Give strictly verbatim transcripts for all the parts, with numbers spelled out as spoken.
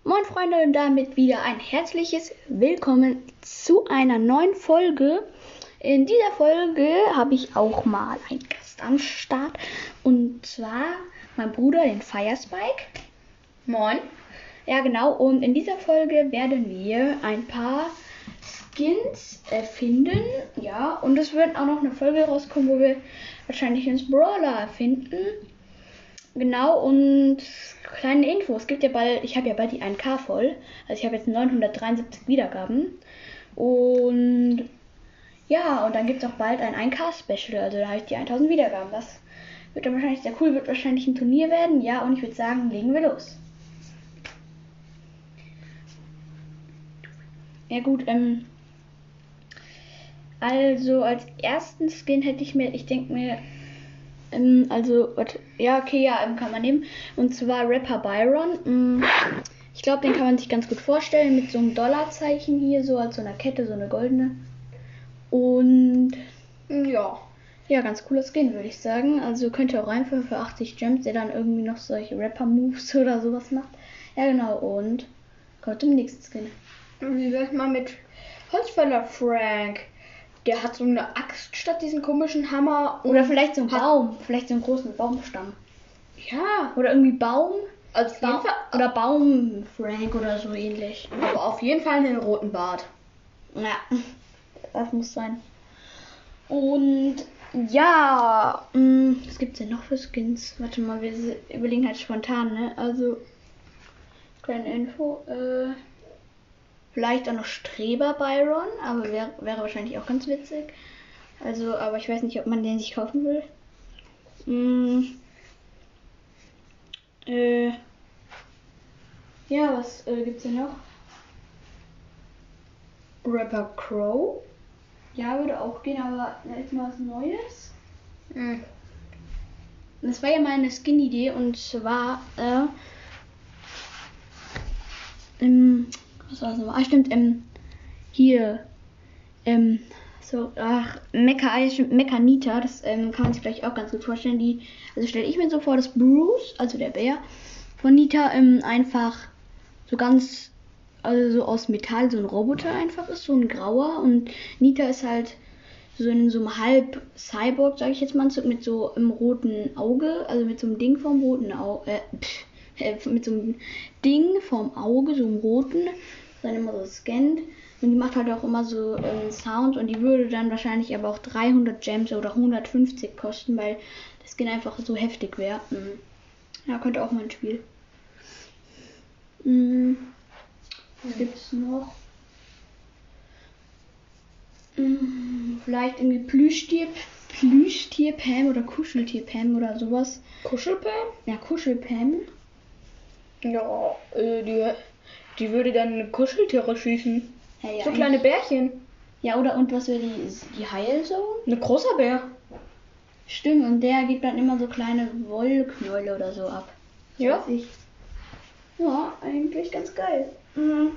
Moin Freunde und damit wieder ein herzliches Willkommen zu einer neuen Folge. In dieser Folge habe ich auch mal einen Gast am Start und zwar mein Bruder, den Firespike. Moin. Ja genau, und in dieser Folge werden wir ein paar Skins erfinden. Ja, und es wird auch noch eine Folge rauskommen, wo wir wahrscheinlich einen Brawler erfinden. Genau, und kleine Info, es gibt ja bald, ich habe ja bald die ein K voll, also ich habe jetzt neunhundertdreiundsiebzig Wiedergaben und ja, und dann gibt es auch bald ein ein K Special, also da habe ich die tausend Wiedergaben, das wird dann wahrscheinlich sehr cool, wird wahrscheinlich ein Turnier werden, ja, und ich würde sagen, legen wir los. Ja gut, ähm, also als ersten Skin hätte ich mir, ich denke mir, Also, ja, okay, ja, kann man nehmen. Und zwar Rapper Byron. Ich glaube, den kann man sich ganz gut vorstellen. Mit so einem Dollarzeichen hier, so als so einer Kette, so eine goldene. Und ja, ja, ganz cooler Skin, würde ich sagen. Also könnt ihr auch reinführen für achtzig Gems, der dann irgendwie noch solche Rapper-Moves oder sowas macht. Ja, genau. Und kommt zum nächsten Skin. Wie wär's mal mit Holzfäller Frank? Der hat so eine Axt statt diesen komischen Hammer. Oder vielleicht so ein Baum. Vielleicht so einen großen Baumstamm. Ja. Oder irgendwie Baum. Also auf jeden ba Fall. Oder Baum Frank oder so ähnlich. Aber auf jeden Fall einen roten Bart. Ja, das muss sein. Und ja, mh, was gibt's denn noch für Skins? Warte mal, wir überlegen halt spontan, ne? Also, kleine Info, äh. Vielleicht auch noch Streber Byron, aber wäre wär wahrscheinlich auch ganz witzig. Also, aber ich weiß nicht, ob man den sich kaufen will. Mm. Äh. Ja, was äh, gibt's denn noch? Rapper Crow. Ja, würde auch gehen, aber jetzt mal was Neues. Mhm. Das war ja meine Skin-Idee und zwar, äh. Ähm. Was war das nochmal? Ah, stimmt, ähm, hier, ähm, so, ach, Mecha, Mechanita, das ähm, kann man sich vielleicht auch ganz gut vorstellen. Die, also stelle ich mir so vor, dass Bruce, also der Bär von Nita, ähm, einfach so ganz, also so aus Metall, so ein Roboter einfach ist, so ein grauer. Und Nita ist halt so in so einem halb Cyborg, sage ich jetzt mal, mit so einem roten Auge, also mit so einem Ding vom roten Auge, äh, pff. mit so einem Ding vorm Auge, so einem roten, dann immer so scannt. Und die macht halt auch immer so ähm, Sound und die würde dann wahrscheinlich aber auch dreihundert Gems oder hundertfünfzig kosten, weil das Skin einfach so heftig wäre. Mhm. Ja, könnte auch mal ein Spiel. Mhm. Was mhm. gibt's noch? Mhm. Vielleicht irgendwie Plüschtier, Plüschtier Pam oder Kuscheltier Pam oder sowas. Kuschelpam? Ja, Kuschelpam. Ja, äh, die, die würde dann Kuscheltiere schießen. Ja, ja, so kleine Bärchen. Ja, oder und was wäre die, die Heilzone? Ein großer Bär. Stimmt, und der gibt dann immer so kleine Wollknäule oder so ab. Ja. Ich. Ja, eigentlich ganz geil. Mhm.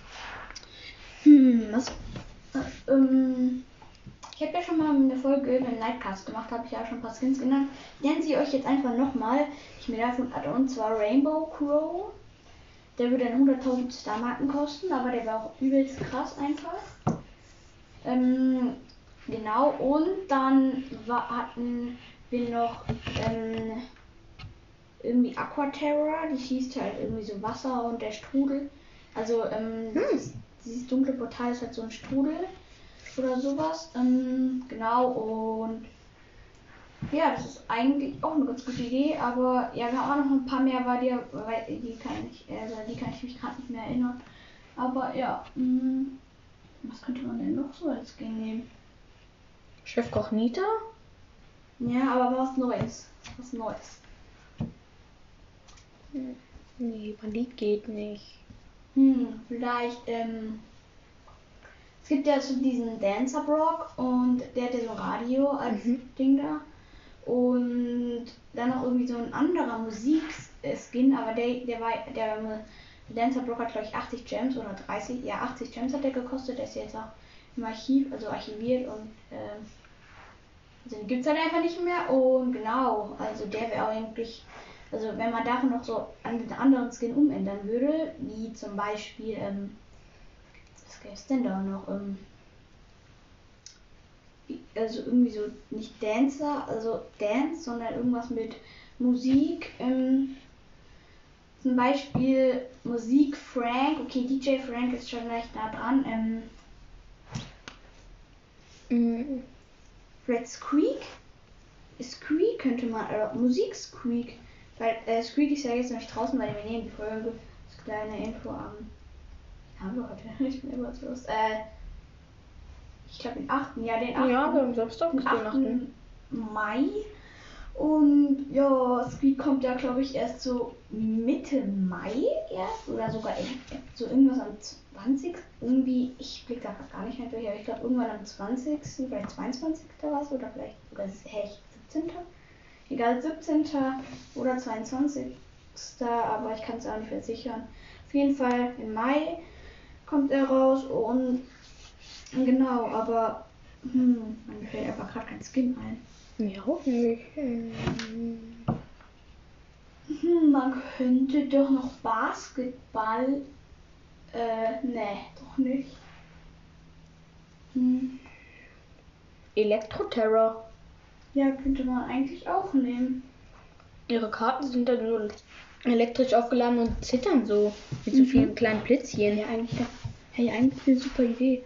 Hm, was? Äh, ähm, ich habe ja schon mal eine Folge, einen Nightcast gemacht, habe ich ja schon ein paar Skins genannt. Nennen sie euch jetzt einfach nochmal. Ich mir davon hatte, und zwar Rainbow Crow. Der würde dann hunderttausend Star-Marken kosten, aber der war auch übelst krass einfach. Ähm, genau, und dann war, hatten wir noch ähm, irgendwie Aquaterror, die schießt halt irgendwie so Wasser und der Strudel. Also ähm, hm. dieses, dieses dunkle Portal ist halt so ein Strudel oder sowas. Ähm, genau, und ja, das ist eigentlich auch eine ganz gute Idee, aber ja, wir haben auch noch ein paar mehr, weil die, weil die kann ich, also die kann ich mich gerade nicht mehr erinnern. Aber ja, mh, was könnte man denn noch so als Game nehmen? Chefkoch Nita? Ja, aber was Neues. Was Neues. Nee, Bandit geht nicht. Hm, vielleicht, ähm, es gibt ja so diesen Dancer Brock und der hat ja so ein Radio als mhm. Ding da. Und dann noch irgendwie so ein anderer Musik-Skin, aber der, der war, der, der Dancer Brock hat glaube ich achtzig Gems oder dreißig, ja achtzig Gems hat der gekostet, der ist jetzt auch im Archiv, also archiviert und ähm, also den gibt es halt einfach nicht mehr und genau, also der wäre eigentlich Also wenn man davon noch so an den anderen Skin umändern würde, wie zum Beispiel, ähm, was gäbe es denn da noch? Ähm, also irgendwie so nicht Dancer, also Dance, sondern irgendwas mit Musik. Ähm, zum Beispiel Musik Frank, okay, D J Frank ist schon leicht nah dran. Ähm, Mhm. Red Squeak? Squeak könnte man, äh, Musik Squeak. Weil äh, Squeak ist ja jetzt noch nicht draußen, weil wir nehmen die Folge. Das kleine Info am. Haben wir heute? Ich bin immer los. Äh, ich glaube den achten Ja, den achten Ja, wir haben Samstag den achten Mai. Und ja, Squeak kommt ja, glaube ich, erst so Mitte Mai erst. Oder sogar so irgendwas am zwanzigsten Irgendwie, ich blicke da gar nicht mehr durch, aber ich glaube irgendwann am zwanzigsten Vielleicht zweiundzwanzigsten war es oder vielleicht sogar echt siebzehnten Egal, siebzehnten oder zweiundzwanzigsten aber ich kann es auch nicht versichern. Auf jeden Fall im Mai kommt er raus und genau, aber hm, mir fällt einfach gerade kein Skin ein. Ja, auch nicht. Hm. Hm, man könnte doch noch Basketball. Äh, ne, doch nicht. Hm. Elektro-Terror. Ja, könnte man eigentlich auch nehmen. Ihre Karten sind dann so elektrisch aufgeladen und zittern so. Mit so Mhm. vielen kleinen Blitzchen. Ja, eigentlich, hey, eigentlich eine super Idee.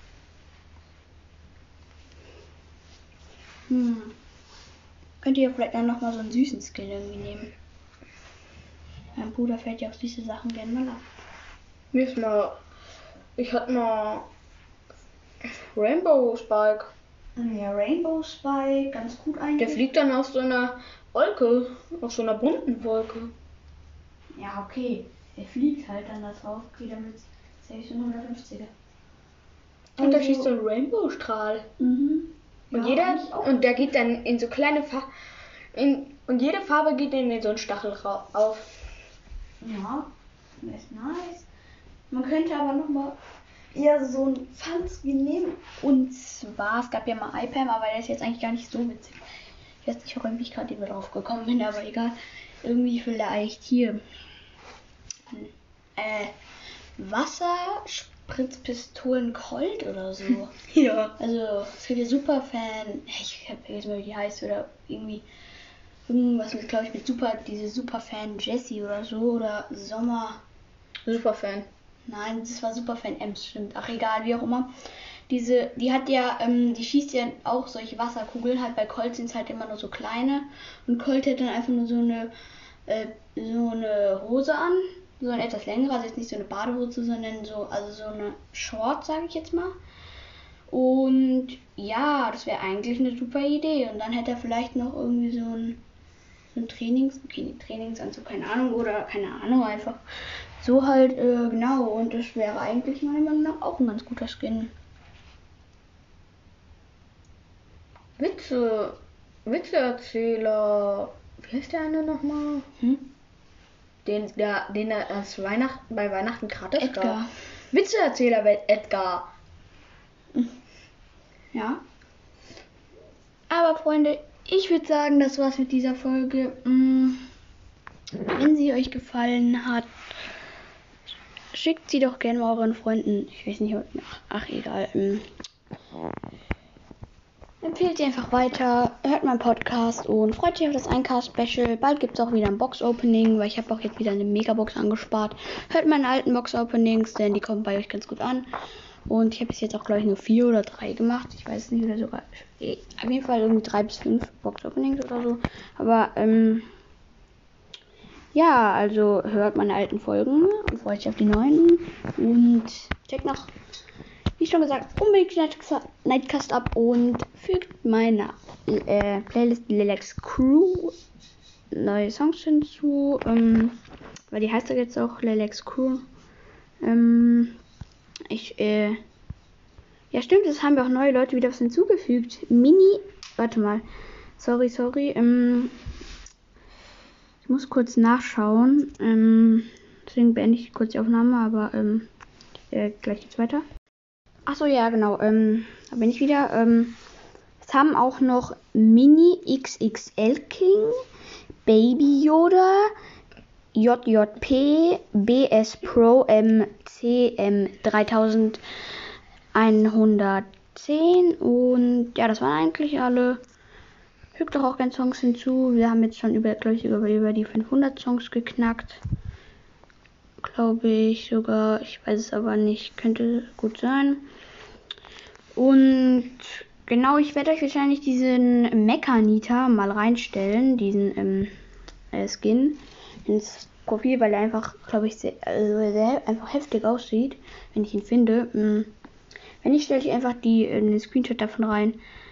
Hm. Könnt ihr vielleicht dann nochmal so einen süßen Skin irgendwie nehmen? Mein Bruder fällt ja auf süße Sachen gerne mal ab. Mir ist mal. Ich hatte mal. Rainbow Spike. Ja, Rainbow Spike, ganz gut eigentlich. Der fliegt dann auf so einer Wolke. Auf so einer bunten Wolke. Ja, okay. Der fliegt halt dann da drauf. Okay, damit sage ich so hundertfünfziger. Und da schießt so ein Rainbow-Strahl. Mhm. Und Ja, jeder. eigentlich auch. Und der geht dann in so kleine Farben. Und jede Farbe geht dann in so einen Stachel ra- auf. Ja, das ist nice. Man könnte aber nochmal eher so ein Fun-Skin nehmen. Und zwar, es gab ja mal iPam, aber der ist jetzt eigentlich gar nicht so witzig. Ich weiß nicht, warum ich gerade drauf gekommen bin, aber egal. Irgendwie vielleicht hier. Äh, Wasserspritzpistolen Colt oder so. Ja. Also, es gibt ja Superfan. Ich hab vergessen, wie die heißt. Oder irgendwie. Irgendwas mit, glaube ich, mit Super. Diese Superfan Jessie oder so. Oder Sommer. Superfan. Nein, das war Superfan Ems, stimmt. Ach, egal, wie auch immer. Diese, die hat ja, ähm, die schießt ja auch solche Wasserkugeln. Halt bei Colt sind es halt immer nur so kleine. Und Colt hat dann einfach nur so eine, äh, so eine Hose an. So eine etwas längere, also jetzt nicht so eine Badehose, sondern so, also so eine Short, sage ich jetzt mal. Und ja, das wäre eigentlich eine super Idee. Und dann hätte er vielleicht noch irgendwie so ein, so ein Trainings, okay, Trainingsanzug, keine Ahnung, oder keine Ahnung, einfach so halt, äh, genau. Und das wäre eigentlich meiner Meinung nach auch ein ganz guter Skin. Witze. Witzeerzähler. Wie heißt der eine nochmal? Hm? Den, der, den er als Weihnacht, bei Weihnachten gratis Edgar. gab. Witzeerzähler bei Edgar. Ja. Aber Freunde, ich würde sagen, das war's mit dieser Folge. Wenn sie euch gefallen hat, schickt sie doch gerne mal euren Freunden. Ich weiß nicht, ach, ach egal. Empfehlt sie einfach weiter, hört meinen Podcast und freut euch auf das Eincast-Special. Bald gibt es auch wieder ein Box-Opening, weil ich habe auch jetzt wieder eine Megabox angespart. Hört meine alten Box-Openings, denn die kommen bei euch ganz gut an. Und ich habe bis jetzt auch, glaube ich, nur vier oder drei gemacht. Ich weiß es nicht, oder sogar. Eh, auf jeden Fall irgendwie drei bis fünf Box-Openings oder so. Aber, ähm. Ja, also hört meine alten Folgen und freut euch auf die neuen. Und checkt noch, wie schon gesagt, unbedingt Nightcast ab und fügt meiner äh, Playlist Lilacs Crew neue Songs hinzu. Ähm, weil die heißt ja jetzt auch Lilacs Crew. Ähm. Ich, äh. Ja, stimmt, es haben wir auch neue Leute wieder was hinzugefügt. Mini. Warte mal. Sorry, sorry. Ähm. Ich muss kurz nachschauen. Ähm. Deswegen beende ich kurz die Aufnahme, aber, ähm. Äh, gleich geht's weiter. Achso, ja, genau. Ähm. Da bin ich wieder. Ähm. Es haben auch noch Mini X X L King, Baby Yoda, J J P, B S Pro M C M dreitausendeinhundertzehn und ja, das waren eigentlich alle. Fügt doch auch gerne Songs hinzu. Wir haben jetzt schon über, glaube ich, über, über die fünfhundert Songs geknackt. Glaube ich sogar. Ich weiß es aber nicht. Könnte gut sein. Und genau, ich werde euch wahrscheinlich diesen Mechanita mal reinstellen. Diesen ähm, äh, Skin ins Profil, weil er einfach, glaube ich, sehr, also sehr einfach heftig aussieht, wenn ich ihn finde. Wenn nicht, stelle ich einfach die, äh, den Screenshot davon rein.